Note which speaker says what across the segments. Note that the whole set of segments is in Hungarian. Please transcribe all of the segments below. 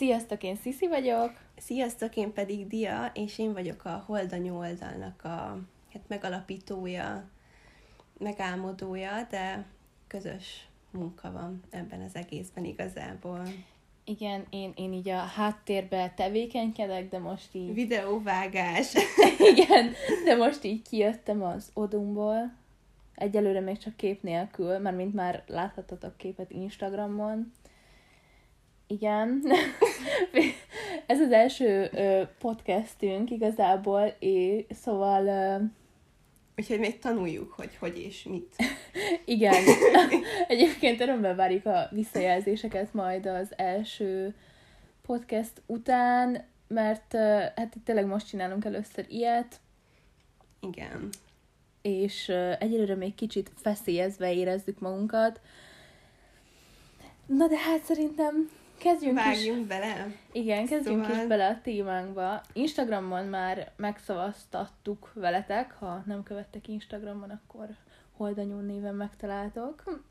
Speaker 1: Sziasztok, én Sziszi vagyok.
Speaker 2: Sziasztok, én pedig Dia, és én vagyok a Holdanyú oldalnak a megalapítója, megálmodója, de közös munka van ebben az egészben igazából.
Speaker 1: Igen, én így a háttérbe tevékenykedek, de most így...
Speaker 2: Videóvágás.
Speaker 1: Igen, de most így kijöttem az odumból. Egyelőre még csak kép nélkül, mert mint már láthattatok képet Instagramon. Igen. Ez az első podcastünk igazából, és szóval...
Speaker 2: Úgyhogy még tanuljuk, hogy és mit.
Speaker 1: Igen. Egyébként örömmel várjuk a visszajelzéseket majd az első podcast után, mert hát tényleg most csinálunk először ilyet.
Speaker 2: Igen.
Speaker 1: És egyelőre még kicsit feszélyezve érezzük magunkat. Na de hát szerintem
Speaker 2: vágjunk bele.
Speaker 1: Igen, kezdjünk is bele a témánkba. Instagramon már megszavaztattuk veletek, ha nem követtek Instagramon, akkor Holdanyú néven megtaláltok.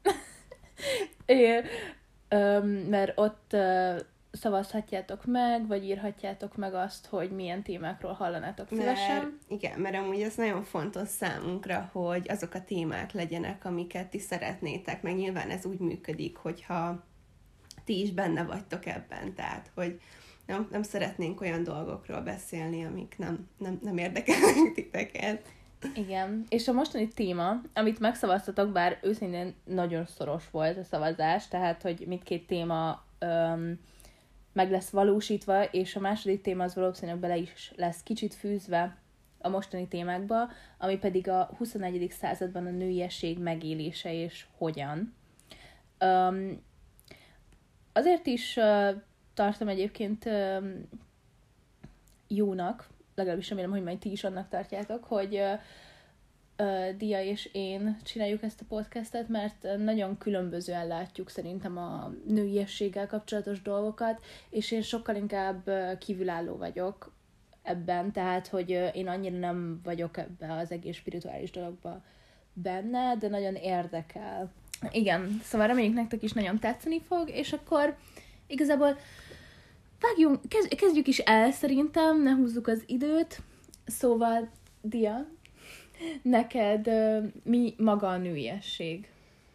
Speaker 1: Mert ott szavazhatjátok meg, vagy írhatjátok meg azt, hogy milyen témákról hallanátok szívesen.
Speaker 2: Mert amúgy ez nagyon fontos számunkra, hogy azok a témák legyenek, amiket ti szeretnétek, meg nyilván ez úgy működik, hogyha ti is benne vagytok ebben, tehát, hogy nem szeretnénk olyan dolgokról beszélni, amik nem érdekelnek titeket.
Speaker 1: Igen, és a mostani téma, amit megszavaztatok, bár őszintén nagyon szoros volt a szavazás, tehát, hogy mindkét téma meg lesz valósítva, és a második téma az valószínűleg bele is lesz kicsit fűzve a mostani témákba, ami pedig a 21. században a nőiesség megélése és hogyan. Azért is tartom egyébként jónak, legalábbis remélem, hogy majd ti is annak tartjátok, hogy Dia és én csináljuk ezt a podcastet, mert nagyon különbözően látjuk szerintem a nőiességgel kapcsolatos dolgokat, és én sokkal inkább kívülálló vagyok ebben, tehát, hogy én annyira nem vagyok ebbe az egész spirituális dologba benne, de nagyon érdekel. Igen, szóval reméljük nektek is nagyon tetszeni fog, és akkor igazából kezdjük is el szerintem, ne húzzuk az időt. Szóval, Dia, neked mi maga a nőiesség?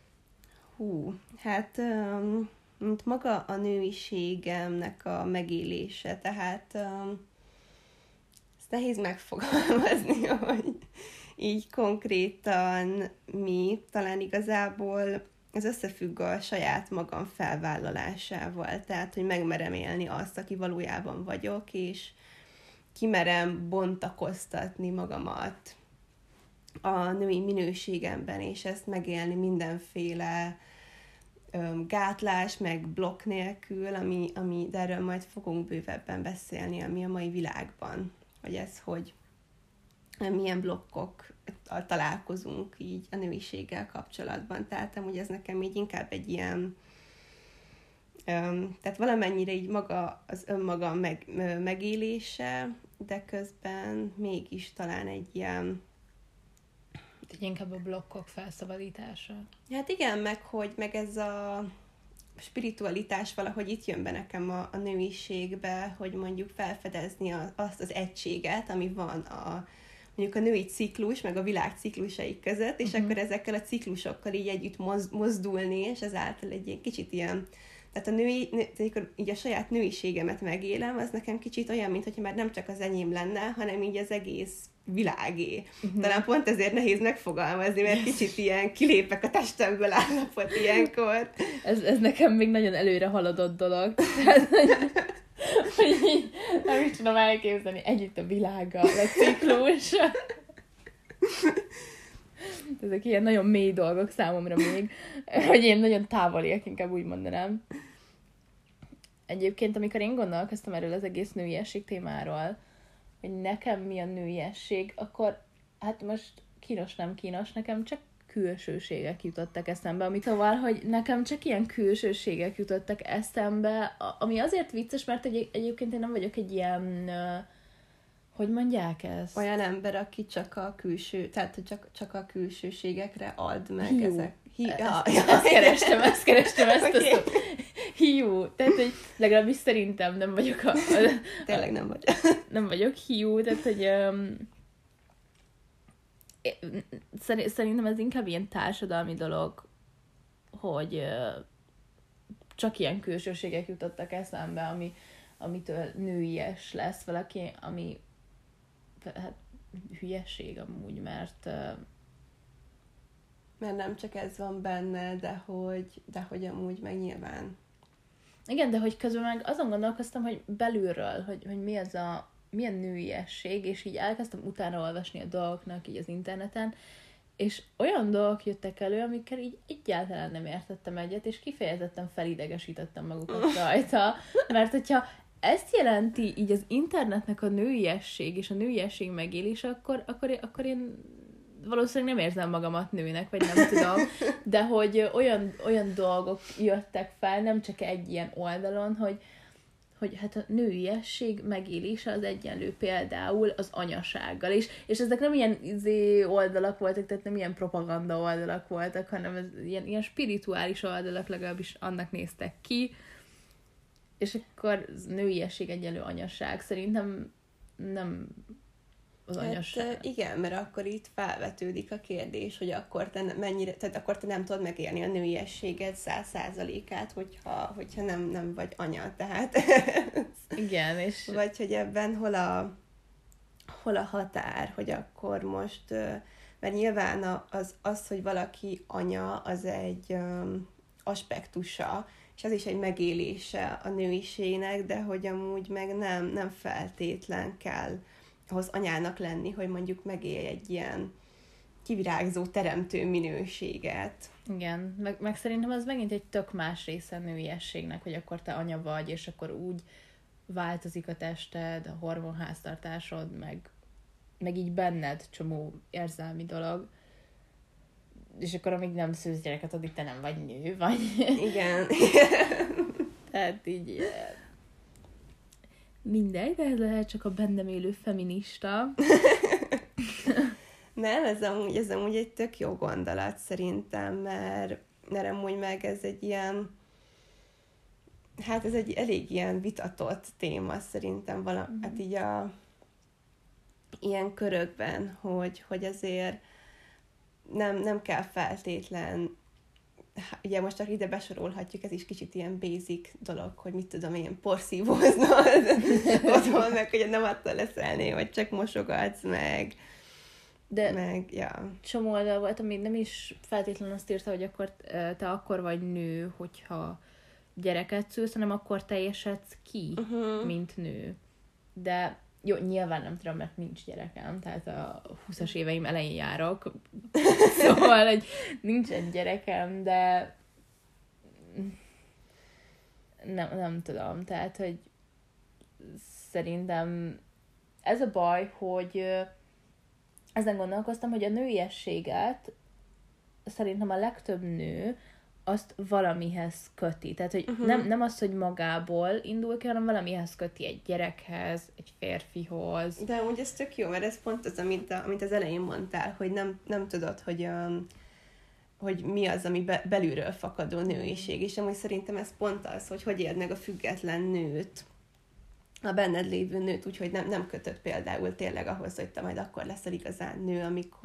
Speaker 2: Mint maga a nőiségemnek a megélése, tehát ezt nehéz megfogalmazni, hogy így konkrétan mi, talán igazából ez összefügg a saját magam felvállalásával, tehát, hogy megmerem élni azt, aki valójában vagyok, és kimerem bontakoztatni magamat a női minőségemben, és ezt megélni mindenféle gátlás, meg blokk nélkül, de erről majd fogunk bővebben beszélni, ami a mai világban, hogy ez hogy milyen blokkok találkozunk így a nőiséggel kapcsolatban. Tehát amúgy ez nekem így inkább egy ilyen, tehát valamennyire így maga az önmagam megélése, de közben mégis talán egy ilyen...
Speaker 1: Inkább a blokkok felszabadítása.
Speaker 2: Hát igen, meg ez a spiritualitás valahogy itt jön be nekem a nőiségbe, hogy mondjuk felfedezni azt az egységet, ami van mondjuk a női ciklus, meg a világ ciklusai között, és akkor ezekkel a ciklusokkal így együtt mozdulni, és ezáltal egy kicsit ilyen, tehát amikor így a saját nőiségemet megélem, az nekem kicsit olyan, mintha már nem csak az enyém lenne, hanem így az egész világé. Talán pont ezért nehéz megfogalmazni, mert kicsit ilyen kilépek a testemből állapot ilyenkor.
Speaker 1: Ez nekem még nagyon előre haladott dolog. Hogy így nem is tudom elképzelni együtt a világgal, a ciklus. Ezek ilyen nagyon mély dolgok számomra még, hogy én nagyon távoliak, inkább úgy mondanám. Egyébként, amikor én gondolkoztam erről az egész nőiesség témáról, hogy nekem mi a nőiesség, akkor hát most kínos, nem kínos, nekem csak külsőségek jutottak eszembe, amit szóval, hogy nekem csak ilyen külsőségek jutottak eszembe, ami azért vicces, mert egyébként én nem vagyok egy ilyen, hogy mondják ezt?
Speaker 2: Olyan ember, aki csak a külső, tehát csak a külsőségekre ad meg
Speaker 1: Hiú.
Speaker 2: ezek.
Speaker 1: Ezt kerestem ezt a szót. hiú. Tehát, hogy legalábbis szerintem nem vagyok
Speaker 2: Tényleg nem vagy.
Speaker 1: Nem vagyok hiú, tehát, hogy szerintem ez inkább ilyen társadalmi dolog, hogy csak ilyen külsőségek jutottak eszembe, amitől nőies lesz valaki, ami hát hülyeség amúgy, mert
Speaker 2: nem csak ez van benne, de hogy amúgy meg nyilván.
Speaker 1: Igen, de hogy közben meg azon gondolkoztam, hogy belülről, hogy milyen nőiesség, és így elkezdtem utána olvasni a dolgoknak így az interneten, és olyan dolgok jöttek elő, amikkel így egyáltalán nem értettem egyet, és kifejezetten felidegesítettem magukat rajta, mert hogyha ezt jelenti így az internetnek a nőiesség és a nőiesség megélése, akkor én valószínűleg nem érzem magamat nőnek, vagy nem tudom, de hogy olyan dolgok jöttek fel, nem csak egy ilyen oldalon, hogy hát a nőiesség megélése az egyenlő például az anyasággal, és ezek nem ilyen oldalak voltak, tehát nem ilyen propaganda oldalak voltak, hanem ez ilyen spirituális oldalak, legalábbis annak néztek ki, és akkor nőiesség egyenlő anyaság. Szerintem nem az anyaság.
Speaker 2: Hát igen, mert akkor itt felvetődik a kérdés, hogy akkor te akkor te nem tudod megélni a nőiességed 100%-át, hogyha nem vagy anya, tehát
Speaker 1: igen, és
Speaker 2: vagy hogy ebben hol a határ, hogy akkor most, mert nyilván az, hogy valaki anya, az egy aspektusa, és az is egy megélése a nőiségnek, de hogy amúgy meg nem feltétlen kell ahhoz anyának lenni, hogy mondjuk megélj egy ilyen kivirágzó, teremtő minőséget.
Speaker 1: Igen, meg szerintem az megint egy tök más része a nőiességnek, hogy akkor te anya vagy, és akkor úgy változik a tested, a hormonháztartásod, meg így benned csomó érzelmi dolog. És akkor amíg nem szülsz gyereket, addig te nem vagy nő, vagy...
Speaker 2: Igen.
Speaker 1: Tehát így... Mindegy, de ez lehet csak a bennem élő feminista.
Speaker 2: Nem, ez amúgy egy tök jó gondolat szerintem, mert amúgy meg ez egy ilyen, hát ez egy elég ilyen vitatott téma szerintem hát így ilyen körökben, hogy azért nem kell feltétlen, ugye most csak ide besorolhatjuk, ez is kicsit ilyen basic dolog, hogy mit tudom, ilyen porszívóznod otthon, meg hogy nem attól leszelni, vagy csak mosogatsz, ja.
Speaker 1: Csomó oldal volt, ami nem is feltétlenül azt írta, hogy akkor te akkor vagy nő, hogyha gyereket szülsz, hanem akkor teljesedsz ki, mint nő. De jó, nyilván nem tudom, mert nincs gyerekem, tehát a 20-as éveim elején járok, szóval hogy nincsen gyerekem, de nem tudom, tehát, hogy szerintem ez a baj, hogy ezen gondolkoztam, hogy a nőiességet szerintem a legtöbb nő azt valamihez köti. Tehát, hogy nem az, hogy magából indul ki, hanem valamihez köti, egy gyerekhez, egy férfihoz.
Speaker 2: De amúgy ez tök jó, mert ez pont az, amit az elején mondtál, hogy nem tudod, hogy mi az, ami belülről fakadó nőiség. És amúgy szerintem ez pont az, hogy éld meg a független nőt, a benned lévő nőt, úgyhogy nem kötött például tényleg ahhoz, hogy te majd akkor leszel igazán nő,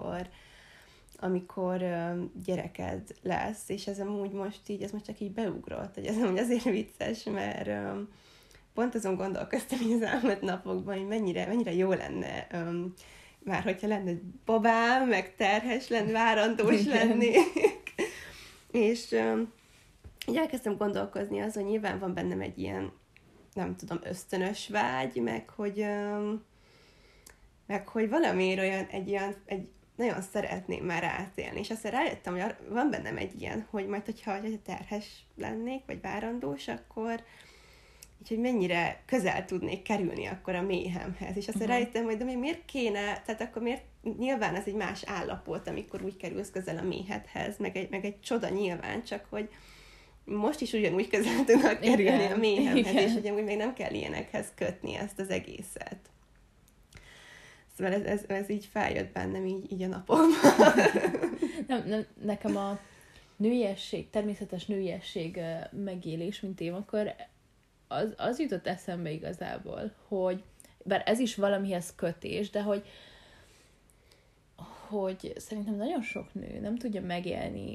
Speaker 2: amikor gyereked lesz, és ez amúgy most csak így beugrott, hogy ez amúgy azért vicces, mert pont azon gondolkoztam így az elmúlt napokban, hogy mennyire jó lenne már, hogyha lenne babám, meg terhes lenni, várandós lennék. És így elkezdtem gondolkozni azon, hogy nyilván van bennem egy ilyen, nem tudom, ösztönös vágy, meg hogy valamiért olyan egy nagyon szeretném már átélni, és aztán rájöttem, hogy van bennem egy ilyen, hogy majd, hogyha terhes lennék, vagy várandós, akkor így, hogy mennyire közel tudnék kerülni akkor a méhemhez. És aztán rájöttem, hogy de miért kéne, tehát akkor miért, nyilván ez egy más állapot, amikor úgy kerülsz közel a méhedhez, meg egy csoda nyilván, csak hogy most is ugyanúgy közel tudnak kerülni a méhemhez, és hogy amúgy még nem kell ilyenekhez kötni ezt az egészet. Szóval ez így feljött bennem így a napokban.
Speaker 1: Nem, nekem a nőiesség, természetes nőiesség megélés, mint témakör, az jutott eszembe igazából, hogy bár ez is valamihez kötés, de hogy szerintem nagyon sok nő nem tudja megélni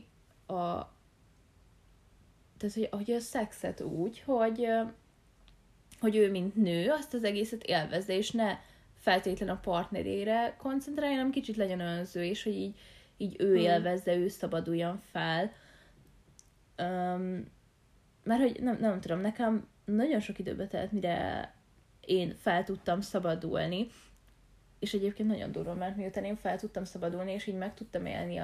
Speaker 1: tehát, hogy a szexet úgy, hogy ő, mint nő, azt az egészet élvezze, és ne feltétlen a partnerére koncentráljon, hanem kicsit legyen önző, és hogy így ő élvezze, ő szabaduljon fel. Mert hogy nem tudom, nekem nagyon sok időbe telt, mire én fel tudtam szabadulni, és egyébként nagyon durva, mert miután én fel tudtam szabadulni, és így meg tudtam élni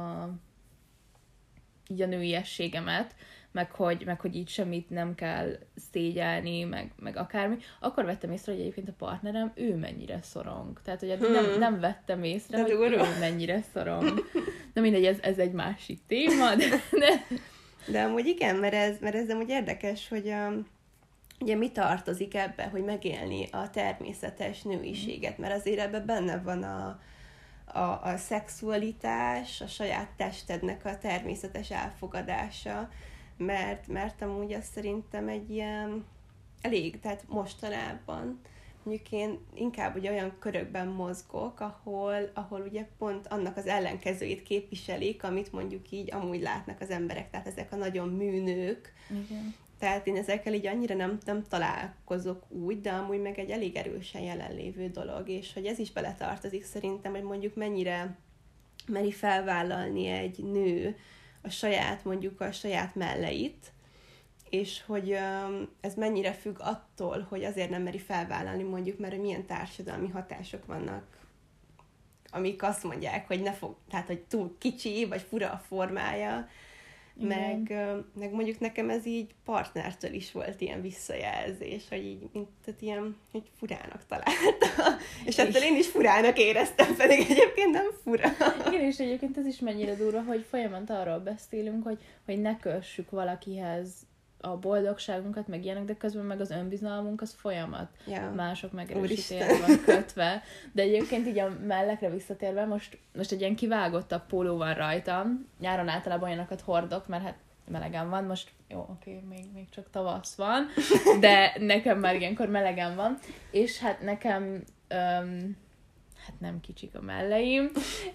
Speaker 1: így a nőiességemet, meg hogy így semmit nem kell szégyelni, meg akármi, akkor vettem észre, hogy egyébként a partnerem, ő mennyire szorong. Tehát, hogy nem vettem észre, hogy ő mennyire szorong. De mindegy, ez egy másik téma,
Speaker 2: de amúgy igen, mert ez amúgy érdekes, hogy ugye mi tartozik ebbe, hogy megélni a természetes nőiséget, mert azért ebben benne van a szexualitás, a saját testednek a természetes elfogadása, mert amúgy azt szerintem egy ilyen elég, tehát mostanában mondjuk én inkább ugye olyan körökben mozgok, ahol ugye pont annak az ellenkezőjét képviselik, amit mondjuk így amúgy látnak az emberek, tehát ezek a nagyon műnők.
Speaker 1: Igen.
Speaker 2: Tehát én ezekkel így annyira nem találkozok úgy, de amúgy meg egy elég erősen jelenlévő dolog, és hogy ez is beletartozik szerintem, hogy mondjuk mennyire meri felvállalni egy nő mondjuk a saját melleit, és hogy ez mennyire függ attól, hogy azért nem meri felvállalni mondjuk, mert hogy milyen társadalmi hatások vannak, amik azt mondják, hogy tehát hogy túl kicsi, vagy fura a formája, meg mondjuk nekem ez így partnertől is volt ilyen visszajelzés, hogy így, tehát ilyen, hogy furának találta. És ettől én is furának éreztem, pedig egyébként nem fura.
Speaker 1: Igen, és egyébként ez is mennyire durva, hogy folyamatosan arról beszélünk, hogy ne kössük valakihez a boldogságunkat, meg ilyenek, de közben meg az önbizalmunk az folyamat.
Speaker 2: Ja.
Speaker 1: Mások megerősítésre van kötve. De egyébként így a mellekre visszatérve, most egy ilyen kivágottabb póló van rajtam. Nyáron általában olyanokat hordok, mert hát melegen van. Most jó, oké, még csak tavasz van, de nekem már ilyenkor melegen van. És hát nekem hát nem kicsik a melleim.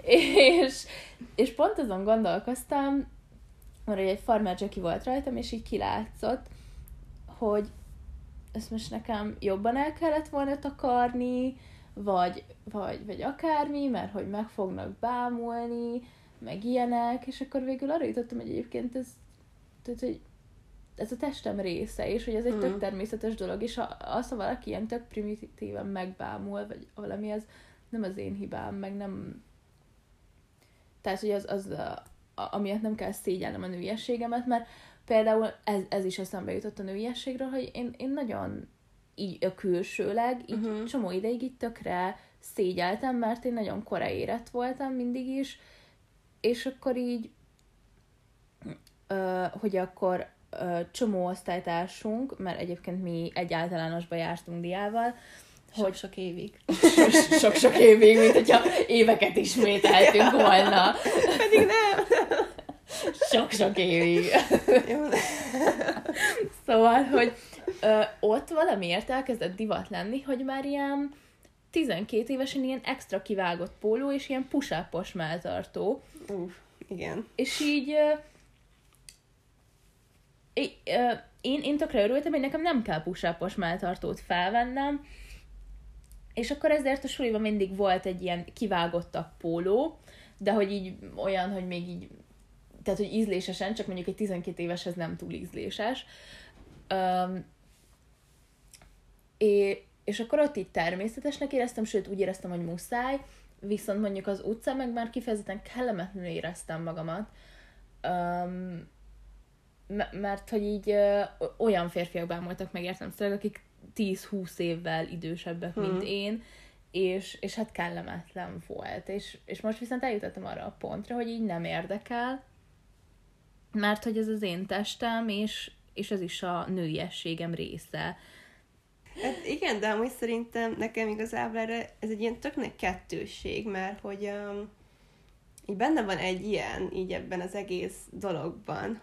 Speaker 1: És pont azon gondolkoztam, mert egy farmer Jackie volt rajtam, és így kilátszott, hogy ezt most nekem jobban el kellett volna takarni, vagy akármi, mert hogy meg fognak bámulni, meg ilyenek, és akkor végül arra jutottam, hogy egyébként ez a testem része, és hogy ez egy tök természetes dolog, és ha valaki ilyen tök primitíven megbámul, vagy valami, az nem az én hibám, meg nem... Tehát, hogy az amiatt nem kell szégyelnem a nőiességemet, mert például ez is eszembe jutott a nőiességről, hogy én nagyon így külsőleg, így csomó ideig így tökre szégyeltem, mert én nagyon kora érett voltam mindig is, és akkor így, hogy akkor csomó osztálytársunk, mert egyébként mi egy általánosba jártunk diával, hogy
Speaker 2: sok évig.
Speaker 1: Sok évig, mint hogyha éveket ismételtünk volna.
Speaker 2: Pedig nem.
Speaker 1: Sok évig. Szóval, hogy ott valamiért elkezdett divat lenni, hogy már ilyen 12 évesen ilyen extra kivágott póló, és ilyen push-up-os melltartó.
Speaker 2: Igen.
Speaker 1: És így én tökre örültem, hogy nekem nem kell push-up-os melltartót felvennem, és akkor ezért a suliban mindig volt egy ilyen kivágottabb póló, de hogy így olyan, hogy még így, tehát hogy ízlésesen, csak mondjuk egy 12 éveshez nem túl ízléses. És akkor ott így természetesnek éreztem, sőt úgy éreztem, hogy muszáj, viszont mondjuk az utcán meg már kifejezetten kellemetlenül éreztem magamat, mert hogy így olyan férfiak bámultak meg értelemszerűen, akik 10-20 évvel idősebbek, mint én, és hát kellemetlen volt. És most viszont eljutottam arra a pontra, hogy így nem érdekel, mert hogy ez az én testem, és ez is a nőiességem része.
Speaker 2: Hát igen, de amúgy szerintem nekem igazából erre ez egy ilyen tök nagy kettősség, mert hogy így benne van egy ilyen, így ebben az egész dologban,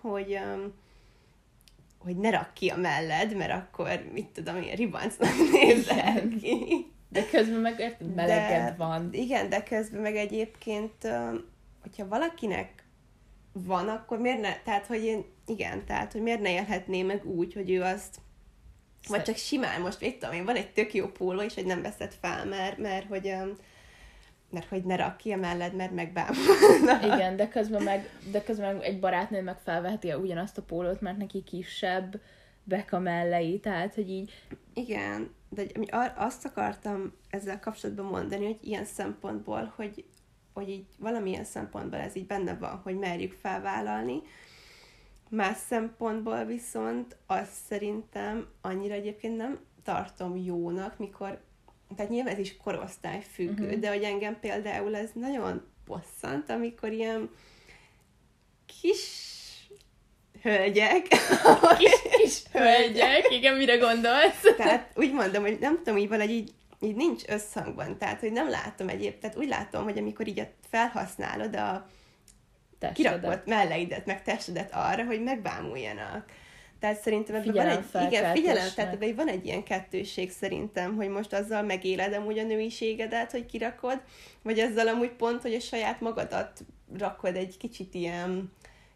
Speaker 2: hogy ne rakd ki a melled, mert akkor, mit tudom én, ribancnak nézel ki.
Speaker 1: De közben meg meleged van.
Speaker 2: Igen, de közben meg egyébként, hogyha valakinek van, akkor miért ne, tehát, hogy hogy miért ne élhetné meg úgy, hogy ő azt, vagy csak simán most, mit tudom én, van egy tök jó póló, és hogy nem veszed fel, mert hogy ne rakj ki a melled, mert megbámulnak.
Speaker 1: Igen, de közben meg egy barátnő meg felveheti ugyanazt a pólót, mert neki kisebbek a mellei, tehát, hogy így...
Speaker 2: Igen, de azt akartam ezzel kapcsolatban mondani, hogy ilyen szempontból, hogy így valamilyen szempontból ez így benne van, hogy merjük felvállalni. Más szempontból viszont azt szerintem annyira egyébként nem tartom jónak, mikor, tehát nyilván ez is korosztályfüggő, de hogy engem például ez nagyon bosszant, amikor ilyen kis hölgyek.
Speaker 1: Kis hölgyek, igen, mire gondolsz?
Speaker 2: Tehát úgy mondom, hogy nem tudom, így valahogy így nincs összhangban, tehát hogy nem látom tehát úgy látom, hogy amikor így felhasználod a kirakott melleidet, meg testedet arra, hogy megbámuljanak. Tehát szerintem ebben van egy, tehát ebben van egy ilyen kettőség szerintem, hogy most azzal megéled amúgy a nőiségedet, hogy kirakod, vagy azzal amúgy pont, hogy a saját magadat rakod egy kicsit ilyen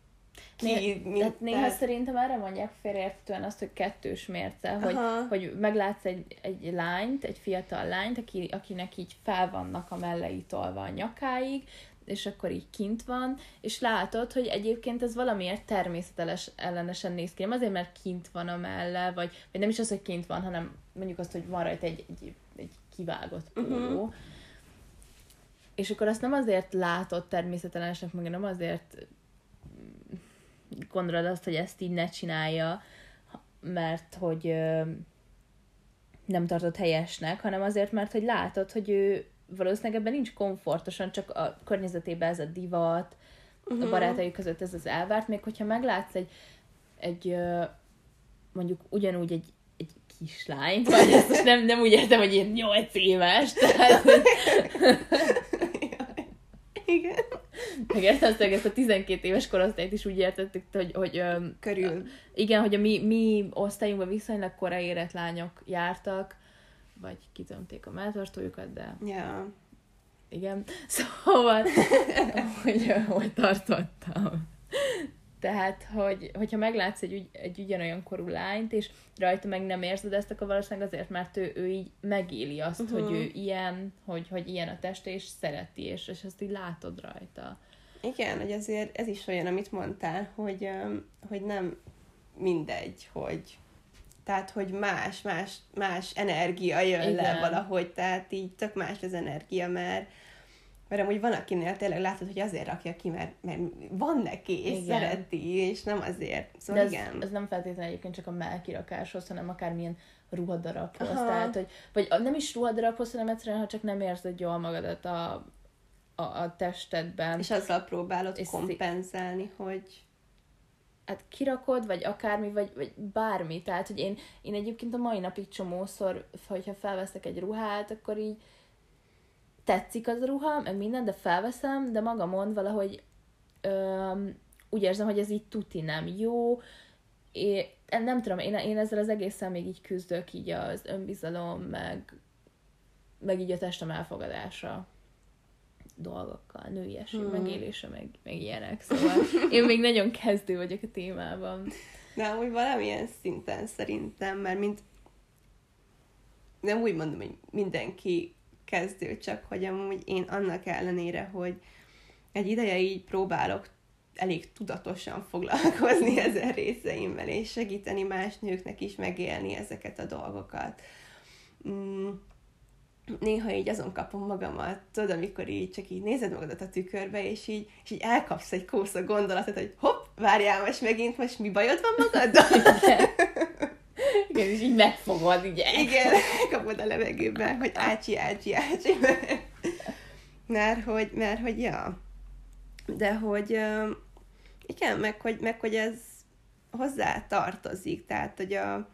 Speaker 1: néha szerintem erre mondják félreérthetően azt, hogy kettős mérce, hogy meglátsz egy lányt, egy fiatal lányt, akinek így fel vannak a mellei tolva a nyakáig, és akkor így kint van, és látod, hogy egyébként ez valamiért természetes ellenesen néz ki. Nem azért, mert kint van a melle, vagy nem is az, hogy kint van, hanem mondjuk azt, hogy van rajta egy kivágott póló. És akkor azt nem azért látod természetelensnek, meg nem azért gondolod azt, hogy ezt így ne csinálja, mert hogy nem tartod helyesnek, hanem azért, mert hogy látod, hogy ő valószínűleg ebben nincs komfortosan, csak a környezetében ez a divat, a barátai között ez az elvárt, még hogyha meglátsz egy mondjuk ugyanúgy egy kislányt, vagy ezt most nem úgy értem, hogy ilyen 8 éves, tehát...
Speaker 2: Igen.
Speaker 1: Megértem, ezt a 12 éves korosztályt is úgy értettük, hogy
Speaker 2: körül.
Speaker 1: Igen, hogy a mi osztályunkban viszonylag korai érett lányok jártak, vagy kitömték a melltartójukat, de...
Speaker 2: Ja.
Speaker 1: Igen. Szóval, hogy tartottam. Tehát, hogyha meglátsz egy ugyanolyan korú lányt, és rajta meg nem érzed ezt, akkor valószínűleg azért, mert ő így megéli azt, hogy ő ilyen, hogy ilyen a teste, és szereti, és ezt így látod rajta.
Speaker 2: Igen, hogy azért ez is olyan, amit mondtál, hogy nem mindegy, hogy tehát, hogy más energia jön le valahogy, tehát így tök más az energia, mert amúgy van, akinél tényleg látod, hogy azért rakja ki, mert van neki, és szereti, és nem azért. Szóval
Speaker 1: de ez nem feltétlenül egyébként csak a mellkirakáshoz, hanem akármilyen ruhadarabhoz. Tehát, vagy nem is ruhadarabhoz, hanem egyszerűen, ha csak nem érzed jól magadat a testedben.
Speaker 2: És azzal próbálod kompenzálni, hogy...
Speaker 1: Hát kirakod, vagy akármi, vagy bármi. Tehát, hogy én egyébként a mai napig csomószor, hogyha felveszek egy ruhát, akkor így tetszik az a ruha, meg minden, de felveszem, de magamon valahogy úgy érzem, hogy ez így tuti nem jó. Nem tudom, én ezzel az egészen még így küzdök, így az önbizalom, meg így a testem elfogadása dolgokkal, nőiesség, megélése, meg ilyenek. Szóval én még nagyon kezdő vagyok a témában.
Speaker 2: De amúgy valamilyen szinten szerintem, mert nem úgy mondom, hogy mindenki kezdő, csak hogy amúgy én annak ellenére, hogy egy ideje így próbálok elég tudatosan foglalkozni ezen részeimmel, és segíteni más nőknek is megélni ezeket a dolgokat. Néha így azon kapom magamat, tudod, amikor így csak így nézed magadat a tükörbe, és így elkapsz egy kósza gondolatot, hogy hopp, várjál most mi bajod van magaddal?
Speaker 1: Igen, és így megfogod, ugye?
Speaker 2: Igen, kapod a levegőben, hogy ácsi. Mert hogy ja. De hogy igen, meg hogy ez hozzá tartozik, tehát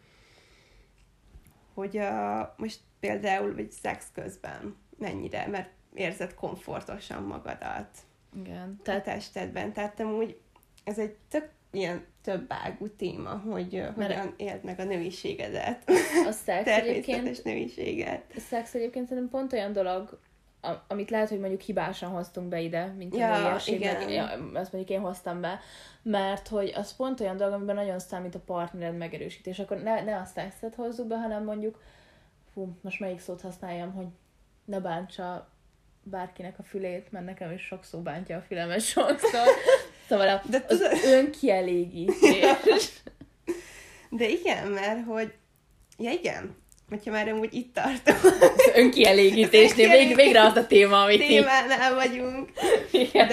Speaker 2: hogy most például, vagy szex közben mennyire, mert érzed komfortosan magadat. Igen. A testedben. Tehát amúgy ez egy tök ilyen többágú téma, hogy hogyan éld meg a nőiségedet.
Speaker 1: A szex
Speaker 2: természetes nőiséget.
Speaker 1: A szex egyébként szerintem pont olyan dolog, amit lehet, hogy mondjuk hibásan hoztunk be ide, mint a nőiesség. Azt mondjuk én hoztam be, mert hogy az pont olyan dolog, amiben nagyon számít a partnered megerősítés. Akkor ne a szexet hozzuk be, hanem mondjuk, most melyik szót használjam, hogy ne bántsa bárkinek a fülét, mert nekem is sok szó bántja a fülemet sokszor. Szóval az önkielégítés.
Speaker 2: De igen, mert hogy... Ja, igen. Hogyha már amúgy itt tartom.
Speaker 1: Az önkielégítésnél végre az a téma, amit
Speaker 2: témánál vagyunk. Igen.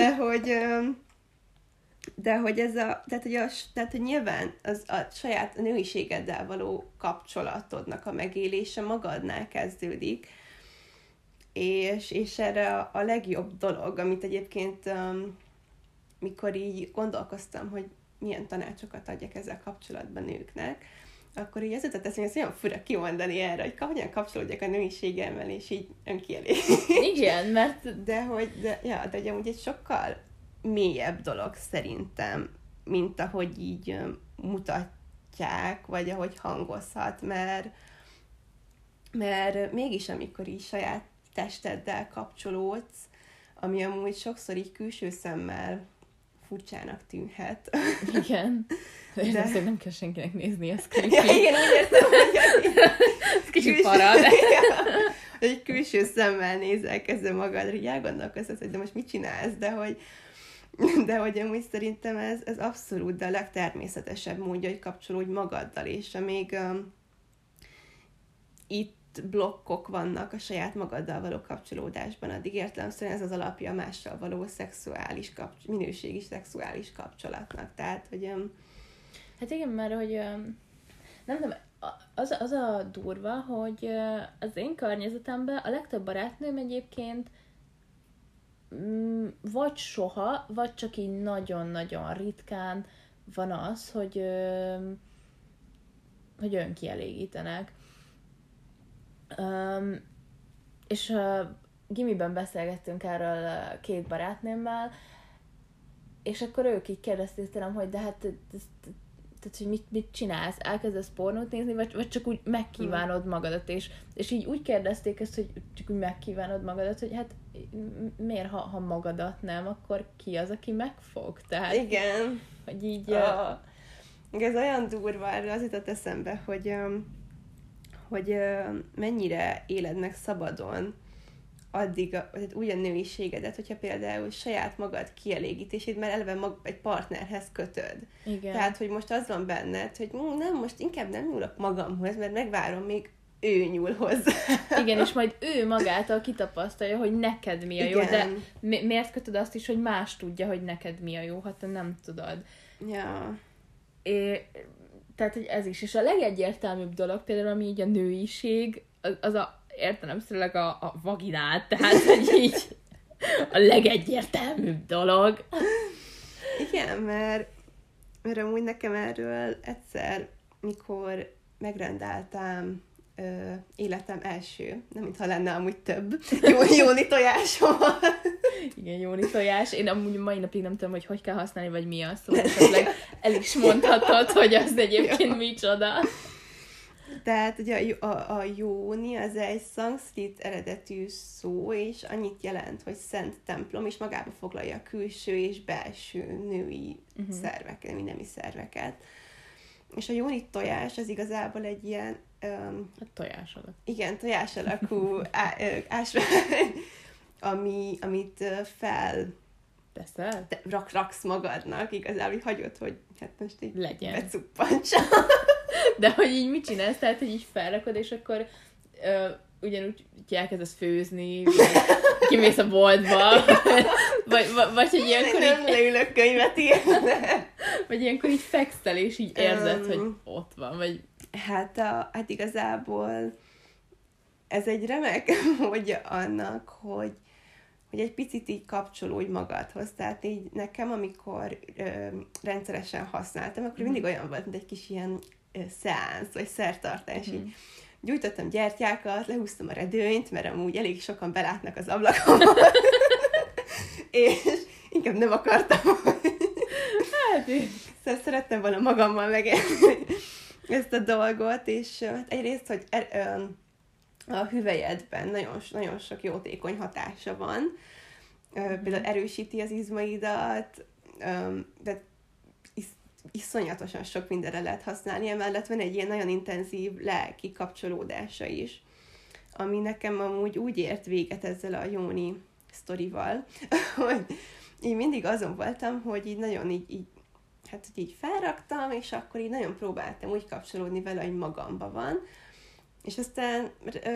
Speaker 2: De hogy ez tehát, hogy nyilván az a saját nőiségeddel való kapcsolatodnak a megélése magadnál kezdődik, és erre a legjobb dolog, amit egyébként mikor így gondolkoztam, hogy milyen tanácsokat adjak ezzel kapcsolatban nőknek, akkor így az jutott eszembe, hogy ez olyan fura kimondani erre, hogy hogyan kapcsolódjak a nőiségemmel, és így önkielégítés.
Speaker 1: Igen, mert...
Speaker 2: De hogy amúgy egy sokkal mélyebb dolog szerintem, mint ahogy így mutatják, vagy ahogy hangozhat, mert mégis amikor így saját testeddel kapcsolódsz, ami amúgy sokszor így külső szemmel furcsának tűnhet.
Speaker 1: Igen. De azt nem kell senkinek nézni, az creepy.
Speaker 2: Ja, igen, úgy értem, hogy
Speaker 1: ez kicsit parad.
Speaker 2: Hogy külső szemmel nézel kezdve magadra, így elgondolkozhatsz, hogy de most mit csinálsz, de hogy amúgy szerintem ez abszolút, de a legtermészetesebb módja, hogy kapcsolódj magaddal, és amíg itt blokkok vannak a saját magaddal való kapcsolódásban, addig értelemszerűen ez az alapja a mással való minőségi szexuális kapcsolatnak. Tehát, hogy...
Speaker 1: Hát igen, mert hogy nem, az a durva, hogy az én környezetemben a legtöbb barátnőm egyébként vagy soha, vagy csak így nagyon-nagyon ritkán van az, hogy önkielégítenek. És gimiben beszélgettünk erről két barátnőmmel, és akkor ők így kérdezték tőlem, hogy de hát tehát, hogy mit csinálsz? Elkezdesz pornót nézni, vagy csak úgy megkívánod magadat? És így úgy kérdezték ezt, hogy csak úgy megkívánod magadat, hogy hát miért, ha magadat nem, akkor ki az, aki megfog? Tehát,
Speaker 2: igen.
Speaker 1: Hogy így...
Speaker 2: Ez olyan durva, erről az jutott eszembe, hogy mennyire éled meg szabadon addig úgy a nőiségedet, hogyha például saját magad kielégítését, mert eleve egy partnerhez kötöd.
Speaker 1: Igen.
Speaker 2: Tehát, hogy most az van benned, hogy nem, most inkább nem nyúlok magamhoz, mert megvárom, még ő nyúl hozzá.
Speaker 1: Igen, és majd ő magától kitapasztalja, hogy neked mi a jó, de miért kötöd azt is, hogy más tudja, hogy neked mi a jó, ha te nem tudod.
Speaker 2: Ja.
Speaker 1: Tehát, hogy ez is. És a legegyértelműbb dolog, például, ami így a nőiség, az értelemszerűleg a vaginát, tehát, hogy így a legegyértelműbb dolog.
Speaker 2: Igen, mert amúgy nekem erről egyszer, mikor megrendeltem életem első, nem mintha lenne amúgy több, jóni tojásom.
Speaker 1: Igen, jóni tojás. Én amúgy mai napig nem tudom, hogy kell használni, vagy mi az, szóval esetleg el is mondhatod, hogy az egyébként micsoda.
Speaker 2: Tehát ugye a jóni az egy szanszkrit eredetű szó, és annyit jelent, hogy szent templom, és magába foglalja a külső és belső női szerveket, nemi szerveket. És a jóni tojás az igazából egy ilyen...
Speaker 1: Hát tojás alakú.
Speaker 2: Igen, tojás alakú ásvány, amit
Speaker 1: teszel?
Speaker 2: Raksz magadnak, igazából, hogy hagyod, hogy hát most így
Speaker 1: legyen.
Speaker 2: Becuppancsa.
Speaker 1: De hogy így mit csinálsz? Tehát, hogy így felrakod, és akkor ugyanúgy elkezdesz főzni, kimész a boltba, vagy hogy ilyenkor
Speaker 2: így... Nem leülök könyvet írni.
Speaker 1: Vagy ilyenkor így fekszel, és így érzed, hogy ott van, vagy...
Speaker 2: Hát igazából ez egy remek módja annak, hogy egy picit így kapcsolódj magadhoz. Tehát így nekem, amikor rendszeresen használtam, akkor mindig olyan volt, mint egy kis ilyen szeánsz, vagy szertartás. Így gyújtottam gyertyákat, lehúztam a redőnyt, mert amúgy elég sokan belátnak az ablakomon. inkább nem akartam.
Speaker 1: Hát
Speaker 2: Szóval szerettem volna magammal megélni ezt a dolgot, és hát egyrészt, hogy a hüvelyedben nagyon sok jótékony hatása van. Például erősíti az izmaidat, de iszonyatosan sok mindenre lehet használni, emellett van egy ilyen nagyon intenzív lelki kapcsolódása is, ami nekem amúgy úgy ért véget ezzel a Jóni sztorival, hogy én mindig azon voltam, hogy így nagyon így felraktam, és akkor így nagyon próbáltam úgy kapcsolódni vele, hogy magamba van, és aztán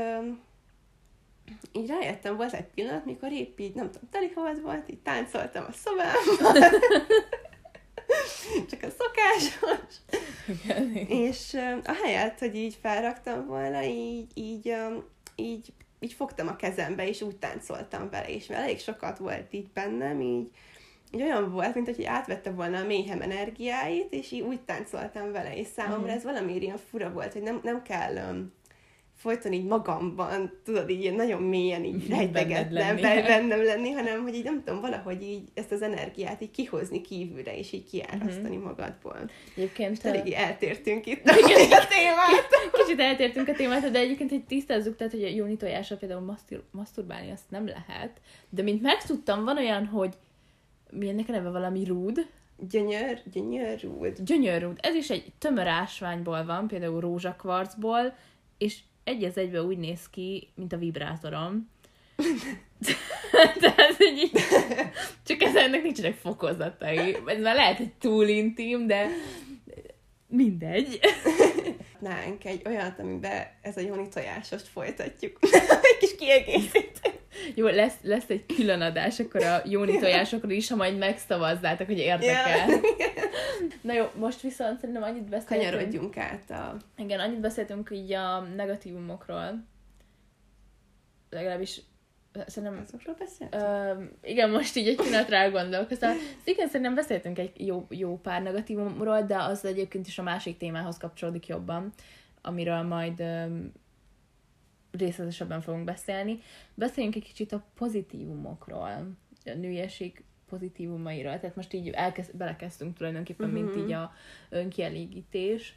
Speaker 2: így rájöttem, volt egy pillanat, mikor épp így, nem tudom, telihoz volt, így táncoltam a szobámban, csak a szokásos.
Speaker 1: Igen.
Speaker 2: És ahelyett, hogy így felraktam volna, így fogtam a kezembe, és úgy táncoltam vele, és elég sokat volt így bennem, így olyan volt, mint hogy átvette volna a méhem energiáit, és így úgy táncoltam vele, és számomra ez valamiért ilyen fura volt, hogy nem kell folyton így magamban, tudod, így nagyon mélyen így rejtegetnem, bennem lenni, hanem hogy így nem tudom, valahogy így ezt az energiát így kihozni kívülre, és így kiárasztani magadból.
Speaker 1: Egyébként
Speaker 2: eléggé eltértünk itt a témát.
Speaker 1: Kicsit eltértünk a témát, de egyébként, hogy tisztázzuk, tehát, hogy a Jóni tojással például maszturbálni azt nem lehet, de mint megtudtam, van olyan, hogy mi ennek a neve, valami rúd?
Speaker 2: Gyönyörrúd.
Speaker 1: Gyönyörrúd. Ez is egy tömör ásványból van, például rózsakvarcból, és egy az egyben úgy néz ki, mint a vibrátorom. Tehát, hogy így, csak ennek nincsenek fokozatai. Ez már lehet, hogy túl intim, de mindegy.
Speaker 2: Nánk egy olyat, amiben ez a Jóni tojásost folytatjuk. Egy kis kiegészítő.
Speaker 1: Jó, lesz egy külön adás, akkor a Jóni tojásokról is, ha majd megszavazzátok, hogy érdekel. Ja. Na jó, most viszont szerintem annyit beszéltünk.
Speaker 2: Kanyarodjunk át
Speaker 1: Igen, annyit beszéltünk így a negatívumokról. Legalábbis szerintem...
Speaker 2: Azokról beszéltünk?
Speaker 1: Igen, most így egy pillanatra elgondolkoztam. Igen, szerintem beszéltünk egy jó pár negatívumról, de az egyébként is a másik témához kapcsolódik jobban, amiről majd részletesebben fogunk beszélni. Beszéljünk egy kicsit a pozitívumokról, a nőiesség pozitívumairól. Tehát most így belekezdtünk tulajdonképpen, mint így a önkielégítés.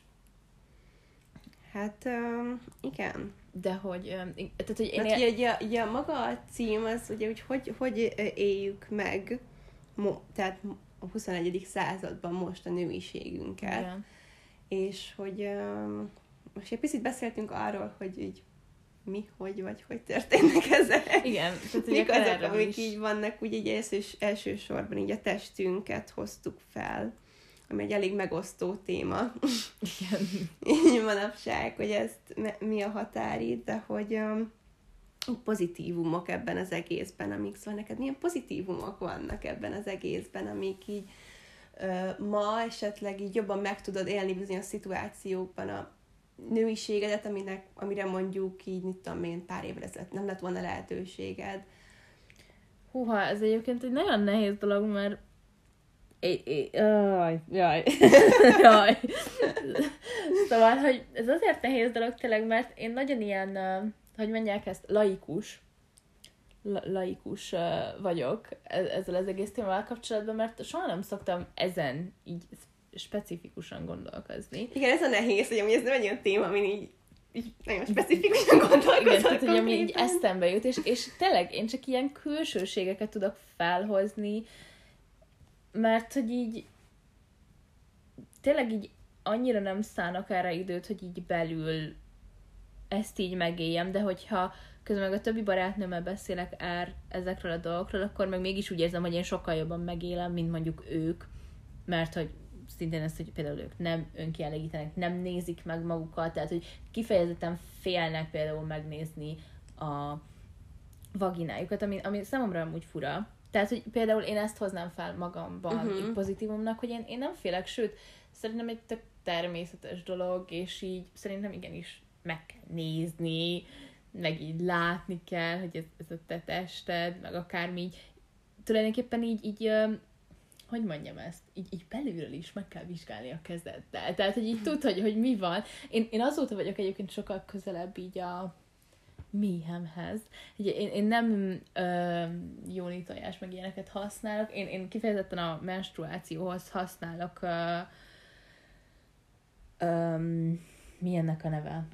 Speaker 2: Hát, igen.
Speaker 1: De hogy... Tehát, hogy
Speaker 2: ugye a maga a cím az, ugye, hogy éljük meg, tehát a 21. században most a nőiségünket.
Speaker 1: Igen.
Speaker 2: És hogy most egy picit beszéltünk arról, hogy így mi, hogy történnek ezek.
Speaker 1: Igen. Tehát,
Speaker 2: mik azok, amik így vannak, úgy így elsősorban így a testünket hoztuk fel, ami egy elég megosztó téma.
Speaker 1: Igen.
Speaker 2: Így manapság, hogy ezt mi a határid, de hogy pozitívumok ebben az egészben, amik szóval neked milyen pozitívumok vannak ebben az egészben, amik így ma esetleg így jobban meg tudod élni bizonyos szituációkban a nőiségedet, amire mondjuk így, mit tudom én, pár évvel ezelőtt nem lett volna lehetőséged.
Speaker 1: Húha, ez egyébként egy nagyon nehéz dolog, mert jaj. Szóval, hogy ez azért nehéz dolog tényleg, mert én nagyon ilyen, hogy mondják ezt, laikus vagyok ezzel az egész témával kapcsolatban, mert soha nem szoktam ezen így specifikusan gondolkozni.
Speaker 2: Igen, ez a nehéz, hogy amúgy ez nem egy olyan téma, amin így nagyon specifikusan gondolkozol. Igen,
Speaker 1: tehát, hogy ami így eszembe jut, és tényleg én csak ilyen külsőségeket tudok felhozni, mert hogy így tényleg így annyira nem szánok erre időt, hogy így belül ezt így megéljem, de hogyha közben meg a többi barátnőmmel beszélek ezekről a dolgokról, akkor meg mégis úgy érzem, hogy én sokkal jobban megélem, mint mondjuk ők, mert hogy szintén ezt, hogy például ők nem önkielégítenek, nem nézik meg magukat, tehát hogy kifejezetten félnek például megnézni a vaginájukat, ami számomra amúgy fura. Tehát, hogy például én ezt hoznám fel magamban így pozitívumnak, hogy én nem félek, sőt, szerintem egy tök természetes dolog, és így szerintem igenis meg kell nézni, meg így látni kell, hogy ez a te tested, meg akármi így, tulajdonképpen így hogy mondjam ezt, így belülről is meg kell vizsgálni a kezeddel. Tehát, hogy így tudd, hogy mi van. Én azóta vagyok egyébként sokkal közelebb így méhemhez. Én nem jóni tojás meg ilyeneket használok, én kifejezetten a menstruációhoz használok mi ennek a neve?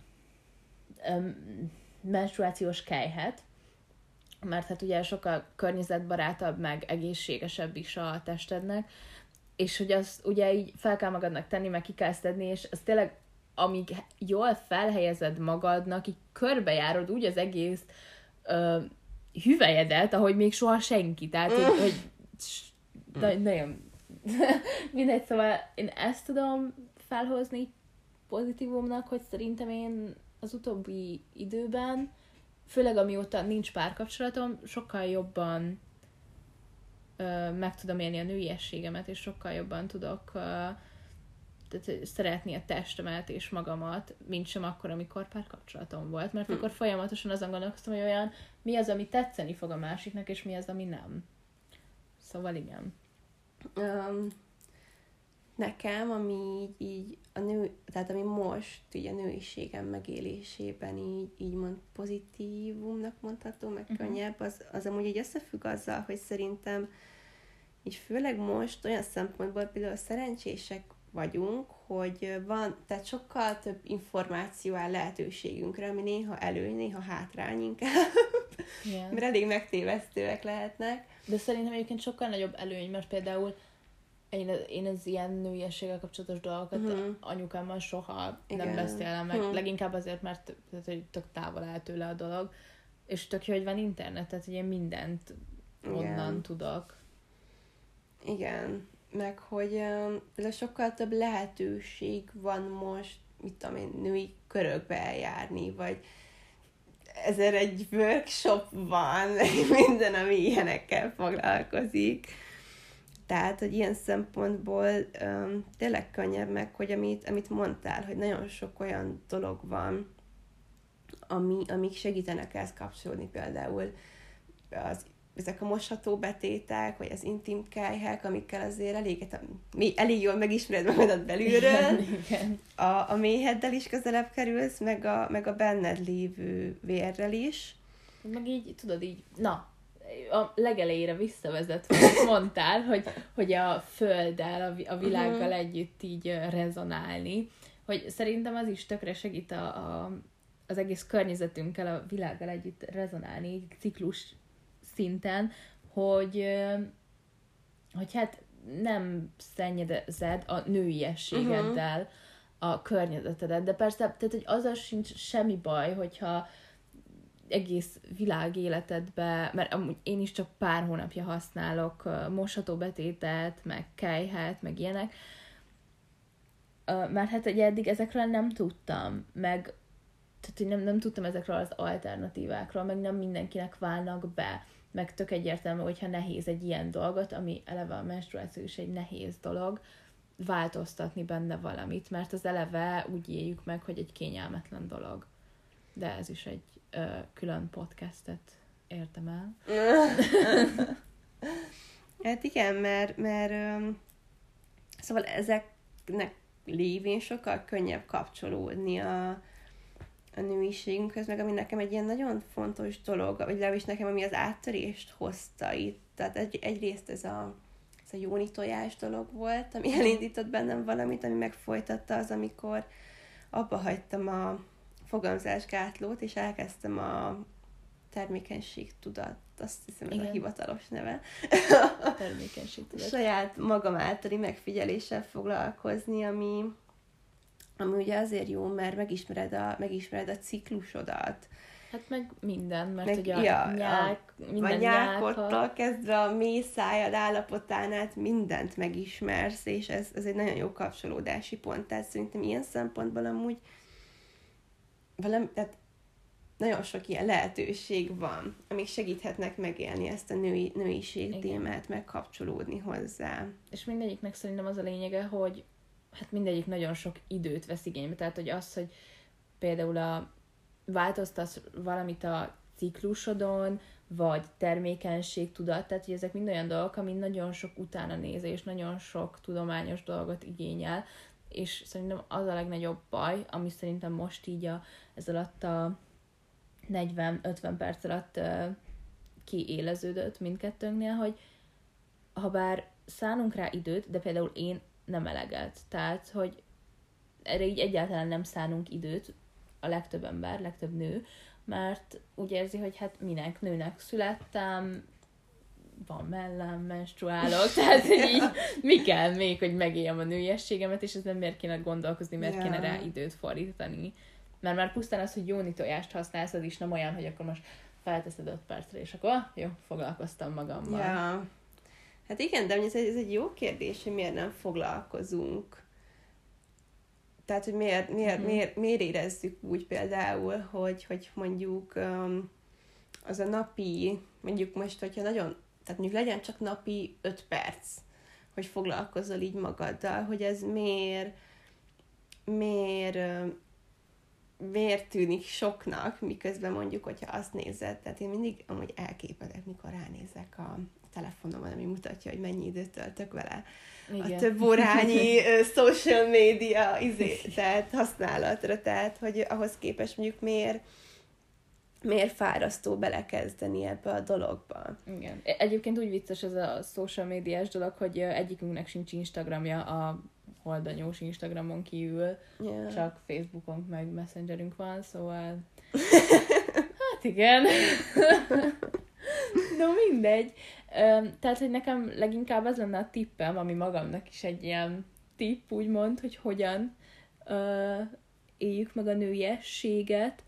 Speaker 1: Menstruációs kelyhet, mert hát ugye sokkal környezetbarátabb, meg egészségesebb is a testednek, és hogy azt ugye így fel kell magadnak tenni, meg ki kell szedni, és az tényleg, amíg jól felhelyezed magadnak, így körbejárod úgy az egész hüvelyedet, ahogy még soha senki. Tehát, hogy nagyon mindegy, szóval én ezt tudom felhozni pozitívumnak, hogy szerintem én az utóbbi időben, főleg amióta nincs párkapcsolatom, sokkal jobban meg tudom élni a nőiességemet, és sokkal jobban tudok szeretni a testemet és magamat, mint sem akkor, amikor párkapcsolatom volt, mert akkor folyamatosan azon gondolkoztam, hogy olyan, mi az, ami tetszeni fog a másiknak, és mi az, ami nem. Szóval igen.
Speaker 2: Nekem, ami így a tehát ami most így a nőiségem megélésében így mond pozitívumnak mondható, meg könnyebb, az amúgy így összefügg azzal, hogy szerintem így főleg most olyan szempontból például szerencsések vagyunk, hogy van, tehát sokkal több információ áll lehetőségünkre, ami néha előny, néha hátrány inkább, yeah. Mert elég megtévesztőek lehetnek.
Speaker 1: De szerintem egyébként sokkal nagyobb előny, mert például én az ilyen nőiességgel kapcsolatos dolgokat anyukámmal soha nem beszélem meg, leginkább azért, mert hogy tök távol áll tőle a dolog, és tök jó, hogy van internet, tehát hogy én mindent onnan tudok.
Speaker 2: Igen, meg hogy sokkal több lehetőség van most, mit tudom én, női körökbe eljárni, vagy egy workshop van, minden, ami ilyenekkel foglalkozik. Tehát, hogy ilyen szempontból tényleg könnyebb meg, hogy amit mondtál, hogy nagyon sok olyan dolog van, amik segítenek ezt kapcsolódni, például ezek a mosható betétek, vagy az intim kelyhek, amikkel azért elég jól megismered magadat belülről.
Speaker 1: Igen.
Speaker 2: A méheddel is közelebb kerülsz, meg a benned lévő vérrel is.
Speaker 1: Meg így, tudod így, a legelejére visszavezet, hogy mondtál, hogy a földdel, a világgal együtt így rezonálni, hogy szerintem az is tökre segít az egész környezetünkkel, a világgal együtt rezonálni, ciklus szinten, hogy hát nem szennyezed a nőiességeddel a környezetedet, de persze, tehát, hogy azzal sincs semmi baj, hogyha egész világéletedbe, mert amúgy én is csak pár hónapja használok mosható betétet, meg kelyhet, meg ilyenek, mert hát ugye eddig ezekről nem tudtam, meg tehát, hogy nem tudtam ezekről az alternatívákról, meg nem mindenkinek válnak be, meg tök egyértelmű, hogyha nehéz egy ilyen dolgot, ami eleve a menstruáció is egy nehéz dolog, változtatni benne valamit, mert az eleve úgy éljük meg, hogy egy kényelmetlen dolog. De ez is egy külön podcastet értem el.
Speaker 2: Hát igen, mert szóval ezeknek lévén sokkal könnyebb kapcsolódni a nőiségünkhöz, meg ami nekem egy ilyen nagyon fontos dolog, vagy legalábbis nekem, ami az áttörést hozta itt. Tehát egyrészt ez a jóni tojás dolog volt, ami elindított bennem valamit, ami megfolytatta az, amikor abba hagytam a fogamzásgátlót, és elkezdtem a termékenységtudat, azt hiszem ez a hivatalos neve.
Speaker 1: Termékenységtudat.
Speaker 2: Saját magam általi megfigyeléssel foglalkozni, ami ugye azért jó, mert megismered a ciklusodat.
Speaker 1: Hát meg minden, mert
Speaker 2: meg,
Speaker 1: ugye a
Speaker 2: nyákottól kezdve a mély szájad állapotán át mindent megismersz, és ez egy nagyon jó kapcsolódási pont. Tehát szerintem ilyen szempontból amúgy tehát nagyon sok ilyen lehetőség van, amik segíthetnek megélni ezt a nőiség témát, megkapcsolódni hozzá.
Speaker 1: És mindegyiknek szerintem az a lényege, hogy hát mindegyik nagyon sok időt vesz igénybe. Tehát, hogy az, hogy például változtatsz valamit a ciklusodon, vagy termékenységtudat, tehát, hogy ezek mind olyan dolgok, ami nagyon sok utána nézés, nagyon sok tudományos dolgot igényel, és szerintem az a legnagyobb baj, ami szerintem most így ez alatt a 40-50 perc alatt kiéleződött mindkettőnknél, hogy ha bár szánunk rá időt, de például én nem eleget. Tehát, hogy erre így egyáltalán nem szánunk időt a legtöbb ember, legtöbb nő, mert úgy érzi, hogy hát minek, nőnek születtem, van mellem, menstruálok, tehát így mi kell még, hogy megéljem a nőiességemet, és ezen miért kéne gondolkozni, miért kéne rá időt fordítani. Mert már pusztán az, hogy jóni tojást használsz, az is nem olyan, hogy akkor most felteszed 5 percre, és akkor jó, foglalkoztam magammal.
Speaker 2: Ja. Hát igen, de ez egy jó kérdés, hogy miért nem foglalkozunk. Tehát, hogy miért érezzük úgy például, hogy mondjuk az a napi, mondjuk most, hogyha nagyon, tehát mondjuk legyen csak napi 5 perc, hogy foglalkozol így magaddal, hogy ez miért tűnik soknak, miközben mondjuk, hogyha azt nézed, tehát én mindig amúgy elképedek, mikor ránézek a telefonomon, ami mutatja, hogy mennyi időt töltök vele. Igen. A több órányi social media tehát használatra, tehát hogy ahhoz képest mondjuk miért fáradtó belekezdeni ebbe a dologba.
Speaker 1: Igen. Egyébként úgy vicces ez a social médiás dolog, hogy egyikünknek sincs Instagramja a holdanyós Instagramon kívül, csak Facebookon meg Messengerünk van, szóval hát igen. No mindegy. Tehát, hogy nekem leginkább az lenne a tippem, ami magamnak is egy ilyen tipp, úgymond, hogy hogyan éljük meg a nőiességet,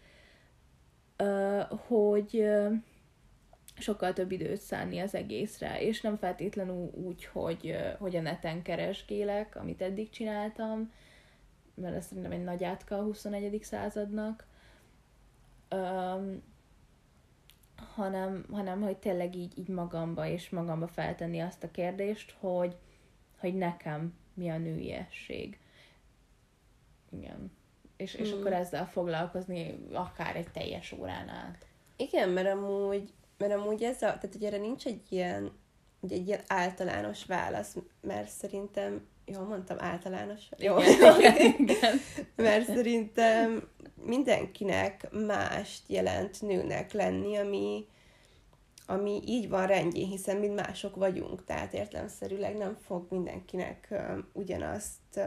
Speaker 1: hogy sokkal több időt szánni az egészre, és nem feltétlenül úgy, hogy a neten keresgélek, amit eddig csináltam, mert ez szerintem egy nagy átka a 21. századnak, hanem hogy tényleg így magamba feltenni azt a kérdést, hogy nekem mi a nőiesség. Igen. És akkor ezzel foglalkozni akár egy teljes órán át.
Speaker 2: Igen, mert amúgy tehát hogy erre nincs egy ilyen általános válasz, mert szerintem, jól mondtam, általános? Jó.
Speaker 1: Igen.
Speaker 2: Mert szerintem mindenkinek mást jelent nőnek lenni, ami így van rendjén, hiszen mind mások vagyunk, tehát értelemszerűleg nem fog mindenkinek ugyanazt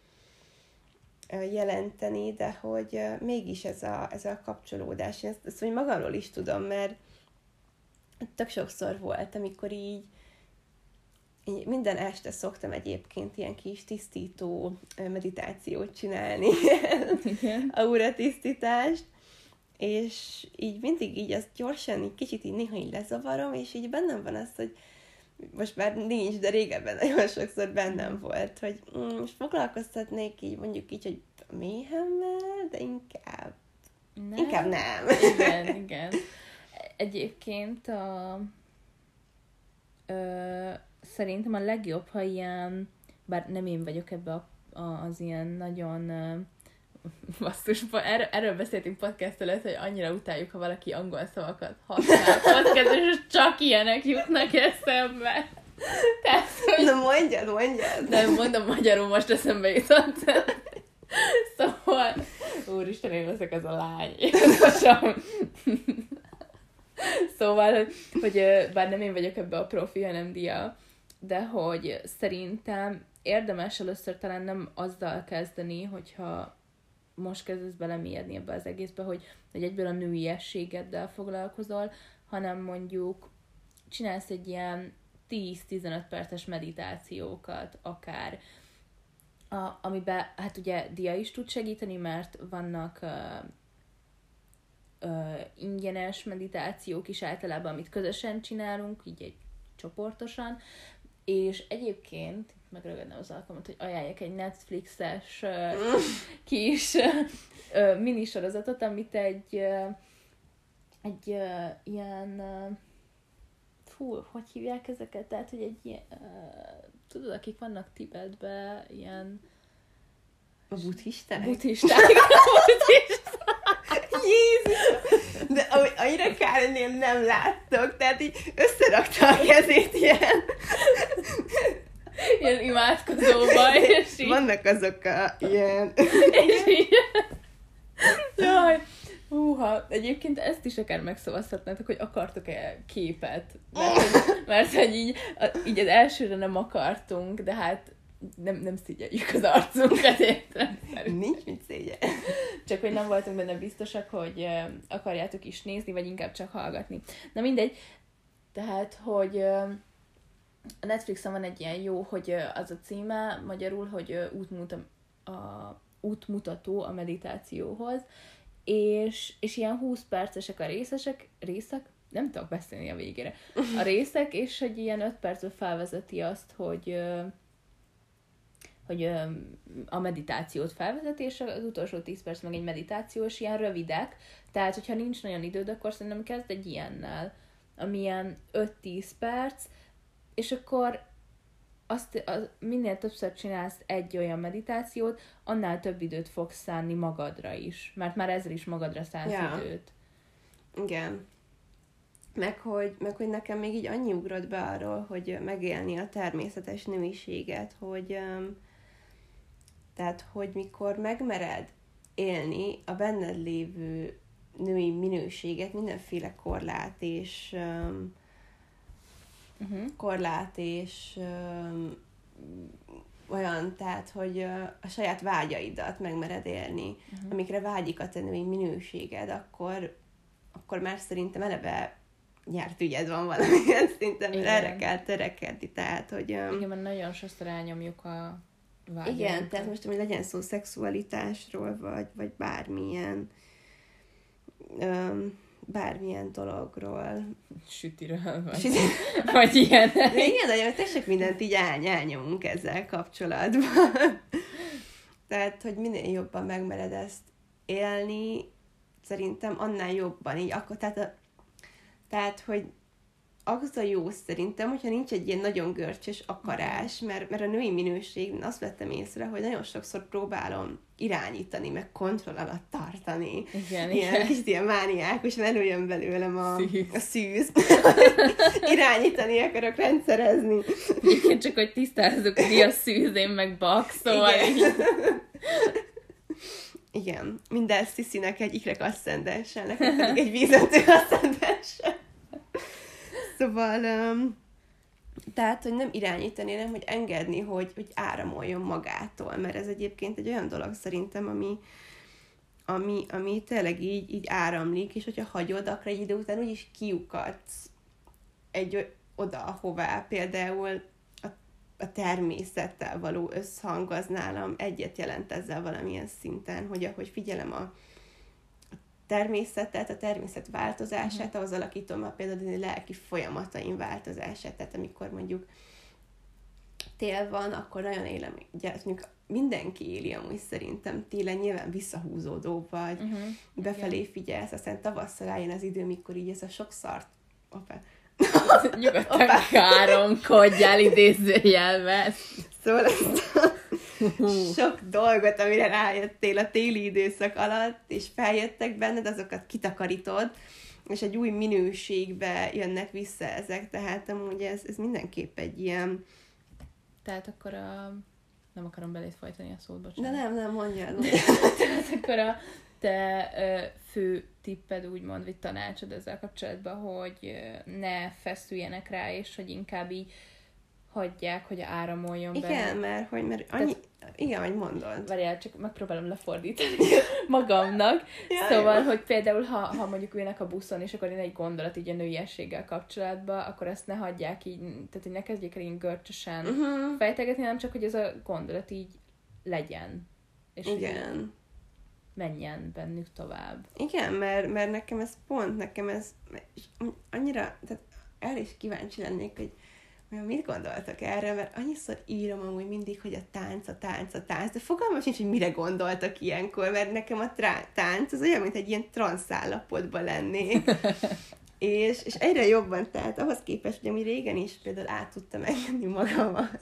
Speaker 2: jelenteni, de hogy mégis ez a kapcsolódás. Én ezt hogy magamról is tudom, mert tök sokszor volt, amikor így minden este szoktam egyébként ilyen kis tisztító meditációt csinálni, aura tisztítást, és így mindig így azt gyorsan, így kicsit így néha így lezavarom, és így bennem van az, hogy most már nincs, de régebben nagyon sokszor bennem volt, hogy most foglalkoztatnék így, mondjuk így, hogy a méhemmel, de inkább nem.
Speaker 1: Igen. Egyébként szerintem a legjobb, ha ilyen, bár nem én vagyok ebbe az ilyen nagyon basszus, erről beszéltünk podcast előtt, hogy annyira utáljuk, ha valaki angol szavakat használ podcast, és csak ilyenek jutnak eszembe. Tehát, hogy...
Speaker 2: Na mondjad!
Speaker 1: Nem, mondom magyarul, most eszembe jutott. Szóval, úristen, én leszek ez a lány. Szóval, hogy bár nem én vagyok ebbe a profi, hanem Dia, de hogy szerintem érdemes először talán nem azzal kezdeni, hogyha most kezdesz belemélyedni ebbe az egészbe, hogy egyből a nőiességeddel foglalkozol, hanem mondjuk csinálsz egy ilyen 10-15 perces meditációkat akár, amiben hát ugye Dia is tud segíteni, mert vannak ingyenes meditációk is általában, amit közösen csinálunk, így egy csoportosan, és egyébként megragadnám az alkalmat, hogy ajánljak egy Netflixes kis minisorozatot, amit egy ilyen hogy hívják ezeket? Tehát, hogy egy ilyen tudod, akik vannak Tibetben, ilyen
Speaker 2: a buddhisták?
Speaker 1: Buddhisták.
Speaker 2: Jézus! De annyira Káronél nem láttok, tehát így összerakta a kezét ilyen
Speaker 1: imádkozóba, és így...
Speaker 2: Vannak azok a ilyen...
Speaker 1: És így... Jaj! Húha, egyébként ezt is akár megszavazhatnátok, hogy akartok-e képet. Mert hogy így az elsőre nem akartunk, de hát nem szégyeljük az arcunkat, értem.
Speaker 2: Nincs mit szégyen.
Speaker 1: Csak hogy nem voltunk benne biztosak, hogy akarjátok is nézni, vagy inkább csak hallgatni. Na mindegy. Tehát, hogy a Netflixen van egy ilyen jó, hogy az a címe magyarul, hogy útmutató a meditációhoz, és ilyen 20 percesek a részek, nem tudok beszélni a végére, a részek, és hogy ilyen 5 percben felvezeti azt, hogy a meditációt felvezeti, és az utolsó 10 perc meg egy meditációs, ilyen rövidek, tehát hogyha nincs nagyon időd, akkor szerintem kezd egy ilyennel, ami ilyen 5-10 perc, és akkor minél többször csinálsz egy olyan meditációt, annál több időt fogsz szánni magadra is. Mert már ezzel is magadra szánsz időt.
Speaker 2: Igen. Meg hogy nekem még így annyi ugrott be arról, hogy megélni a természetes nőiséget, tehát, hogy mikor megmered élni a benned lévő női minőséget, mindenféle korlát és olyan, tehát, hogy a saját vágyaidat megmered élni, amikre vágyik a te női minőséged, akkor már szerintem eleve nyert ügyed van valamilyen szinten, mert erre kell törekedni, tehát, hogy...
Speaker 1: Igen, mert nagyon sokszor elnyomjuk a vágyainkat.
Speaker 2: Igen, tehát most, hogy legyen szó szexualitásról, vagy bármilyen dologról.
Speaker 1: Sütiről, vagy ilyen.
Speaker 2: Igen, nagyon tessék mindent így elnyomunk ezzel kapcsolatban. Tehát, hogy minél jobban megmered ezt élni, szerintem annál jobban így akkor, tehát hogy az a jó szerintem, hogyha nincs egy ilyen nagyon görcsös akarás, mert a női minőség, azt vettem észre, hogy nagyon sokszor próbálom irányítani, meg kontroll alatt tartani. Igen. Kicsit ilyen mániákusan előjön belőlem a szűz. Irányítani akarok, rendszerezni.
Speaker 1: Igen, csak hogy tisztázzuk, hogy mi a szűz, én meg bak, szóval
Speaker 2: Igen. Minden sziszinek egy ikrek asszcendenssel, nekem pedig egy vízöntő asszcendenssel. Szóval, tehát, hogy nem irányítani, nem, hogy engedni, hogy áramoljon magától, mert ez egyébként egy olyan dolog szerintem, ami tényleg így áramlik, és hogyha hagyod, akkor egy idő után úgyis kiukadsz oda, ahová például a természettel való összhang az nálam egyet jelent ezzel valamilyen szinten, hogy ahogy figyelem a természetet, a természet változását, ahhoz alakítom a például a lelki folyamataim változását. Tehát amikor mondjuk tél van, akkor nagyon élem, ugye mindenki éli amúgy szerintem télen, nyilván visszahúzódó vagy, befelé figyelsz, aztán tavasszal eljön az idő, mikor így ez a sok szart,
Speaker 1: nyugodtan káromkodjál idézőjelben.
Speaker 2: Szóval sok dolgot, amire rájöttél a téli időszak alatt, és feljöttek benned, azokat kitakarítod, és egy új minőségbe jönnek vissza ezek, tehát amúgy ez mindenképp egy ilyen...
Speaker 1: Tehát akkor nem akarom belét folytani a szót, bocsánat.
Speaker 2: De nem, mondjad.
Speaker 1: Tehát akkor a te fő tipped, úgymond, vagy tanácsod ezzel kapcsolatban, hogy ne feszüljenek rá, és hogy inkább így hagyják, hogy áramoljon be.
Speaker 2: Igen, mert annyi... Igen, hogy mondod.
Speaker 1: Várjál, csak megpróbálom lefordítani magamnak. Szóval, hogy például, ha mondjuk ülnek a buszon, és akkor egy gondolat így a nőiességgel kapcsolatban, akkor ezt ne hagyják így, tehát hogy ne kezdjék el így görcsösen fejtegetni, hanem csak, hogy ez a gondolat így legyen. És
Speaker 2: igen.
Speaker 1: Menjen bennük tovább.
Speaker 2: Igen, mert nekem ez annyira, tehát erre is kíváncsi lennék, hogy mit gondoltak erre, mert annyiszor írom amúgy mindig, hogy a tánc, de fogalmam sincs, hogy mire gondoltak ilyenkor, mert nekem a tánc az olyan, mint egy ilyen transzállapotban lennék. és egyre jobban, tehát ahhoz képest, hogy ami régen is például át tudtam engedni magamat.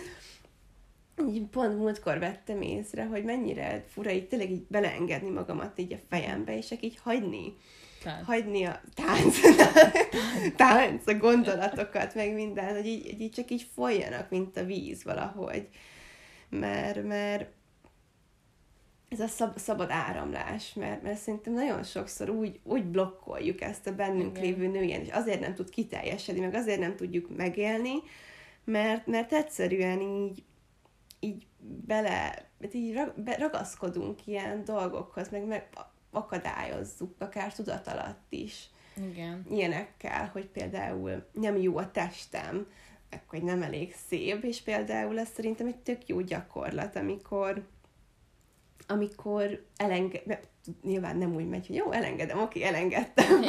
Speaker 2: Így pont múltkor vettem észre, hogy mennyire fura így tényleg így beleengedni magamat így a fejembe, és csak így hagyni a tánc, a gondolatokat, meg minden, hogy így csak így folyjanak, mint a víz valahogy. Mert ez a szabad áramlás, mert szerintem nagyon sokszor úgy blokkoljuk ezt a bennünk lévő nőjen, és azért nem tud kiteljesedni, meg azért nem tudjuk megélni, mert egyszerűen így ragaszkodunk ilyen dolgokhoz, meg akadályozzuk, akár tudat alatt is.
Speaker 1: Igen.
Speaker 2: Ilyenekkel, hogy például nem jó a testem, meg hogy nem elég szép, és például ez szerintem egy tök jó gyakorlat, amikor nyilván nem úgy megy, hogy jó, elengedem, oké, elengedtem,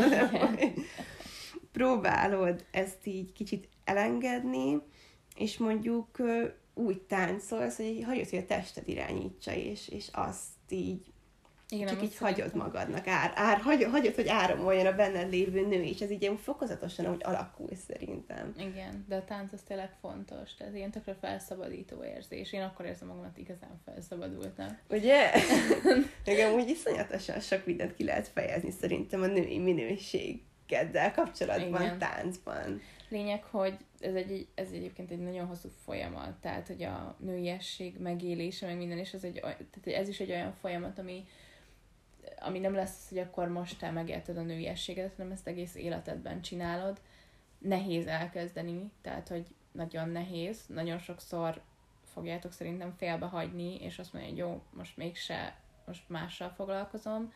Speaker 2: próbálod ezt így kicsit elengedni, és mondjuk úgy táncolsz, hogy hagyod, hogy a tested irányítsa, és azt így
Speaker 1: igen,
Speaker 2: csak így hagyod magadnak, hagyod, hogy áramoljon a benned lévő nő, és ez így ilyen fokozatosan, ahogy alakul szerintem.
Speaker 1: Igen, de a tánc az tényleg fontos, tehát ilyen tökre felszabadító érzés. Én akkor érzem magamat igazán felszabadultnak.
Speaker 2: Ugye? Nekem úgy iszonyatosan sok mindent ki lehet fejezni szerintem a női minőségeddel kapcsolatban, igen. Táncban.
Speaker 1: Lényeg, hogy ez egyébként egy nagyon hosszú folyamat, tehát hogy a nőiesség megélése, meg minden, és tehát ez is egy olyan folyamat, ami nem lesz, hogy akkor most te megélted a nőiességet, hanem ezt egész életedben csinálod. Nehéz elkezdeni, tehát hogy nagyon nehéz. Nagyon sokszor fogjátok szerintem félbehagyni, és azt mondja, hogy jó, most mással foglalkozom.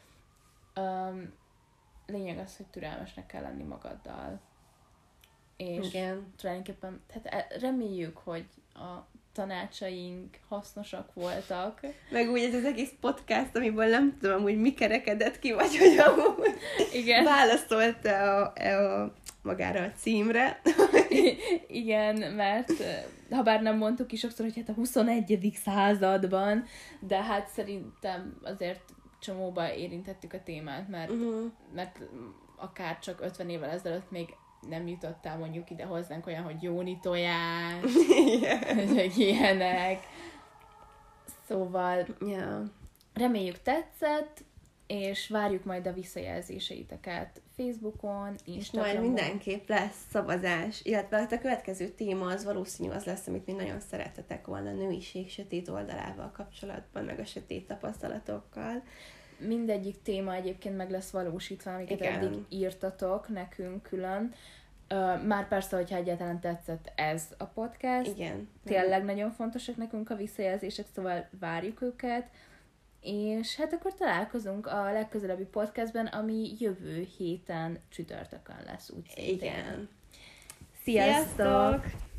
Speaker 1: Lényeg az, hogy türelmesnek kell lenni magaddal. És igen. Tulajdonképpen reméljük, hogy a tanácsaink hasznosak voltak.
Speaker 2: Meg úgy ez az egész podcast, amiből nem tudom, hogy mi kerekedett ki, vagy hogy amúgy igen. Válaszolta magára a címre.
Speaker 1: Igen, mert ha bár nem mondtuk ki sokszor, hogy hát a 21. században, de hát szerintem azért csomóba érintettük a témát, mert akár csak 50 évvel ezelőtt még nem jutottál mondjuk ide hozzánk olyan, hogy jóni tojás, hogy ilyenek. Szóval reméljük tetszett, és várjuk majd a visszajelzéseiteket Facebookon, Instagramon.
Speaker 2: És majd mindenképp lesz szavazás, illetve a következő téma az valószínű az lesz, amit mi nagyon szeretetek volna a nőiség sötét oldalával kapcsolatban, meg a sötét tapasztalatokkal.
Speaker 1: Mindegyik téma egyébként meg lesz valósítva, amiket eddig írtatok nekünk külön. Már persze, hogyha egyáltalán tetszett ez a podcast.
Speaker 2: Igen.
Speaker 1: Tényleg nagyon fontosak nekünk a visszajelzések, szóval várjuk őket. És hát akkor találkozunk a legközelebbi podcastben, ami jövő héten csütörtökön lesz, úgy szintén.
Speaker 2: Igen.
Speaker 1: Sziasztok!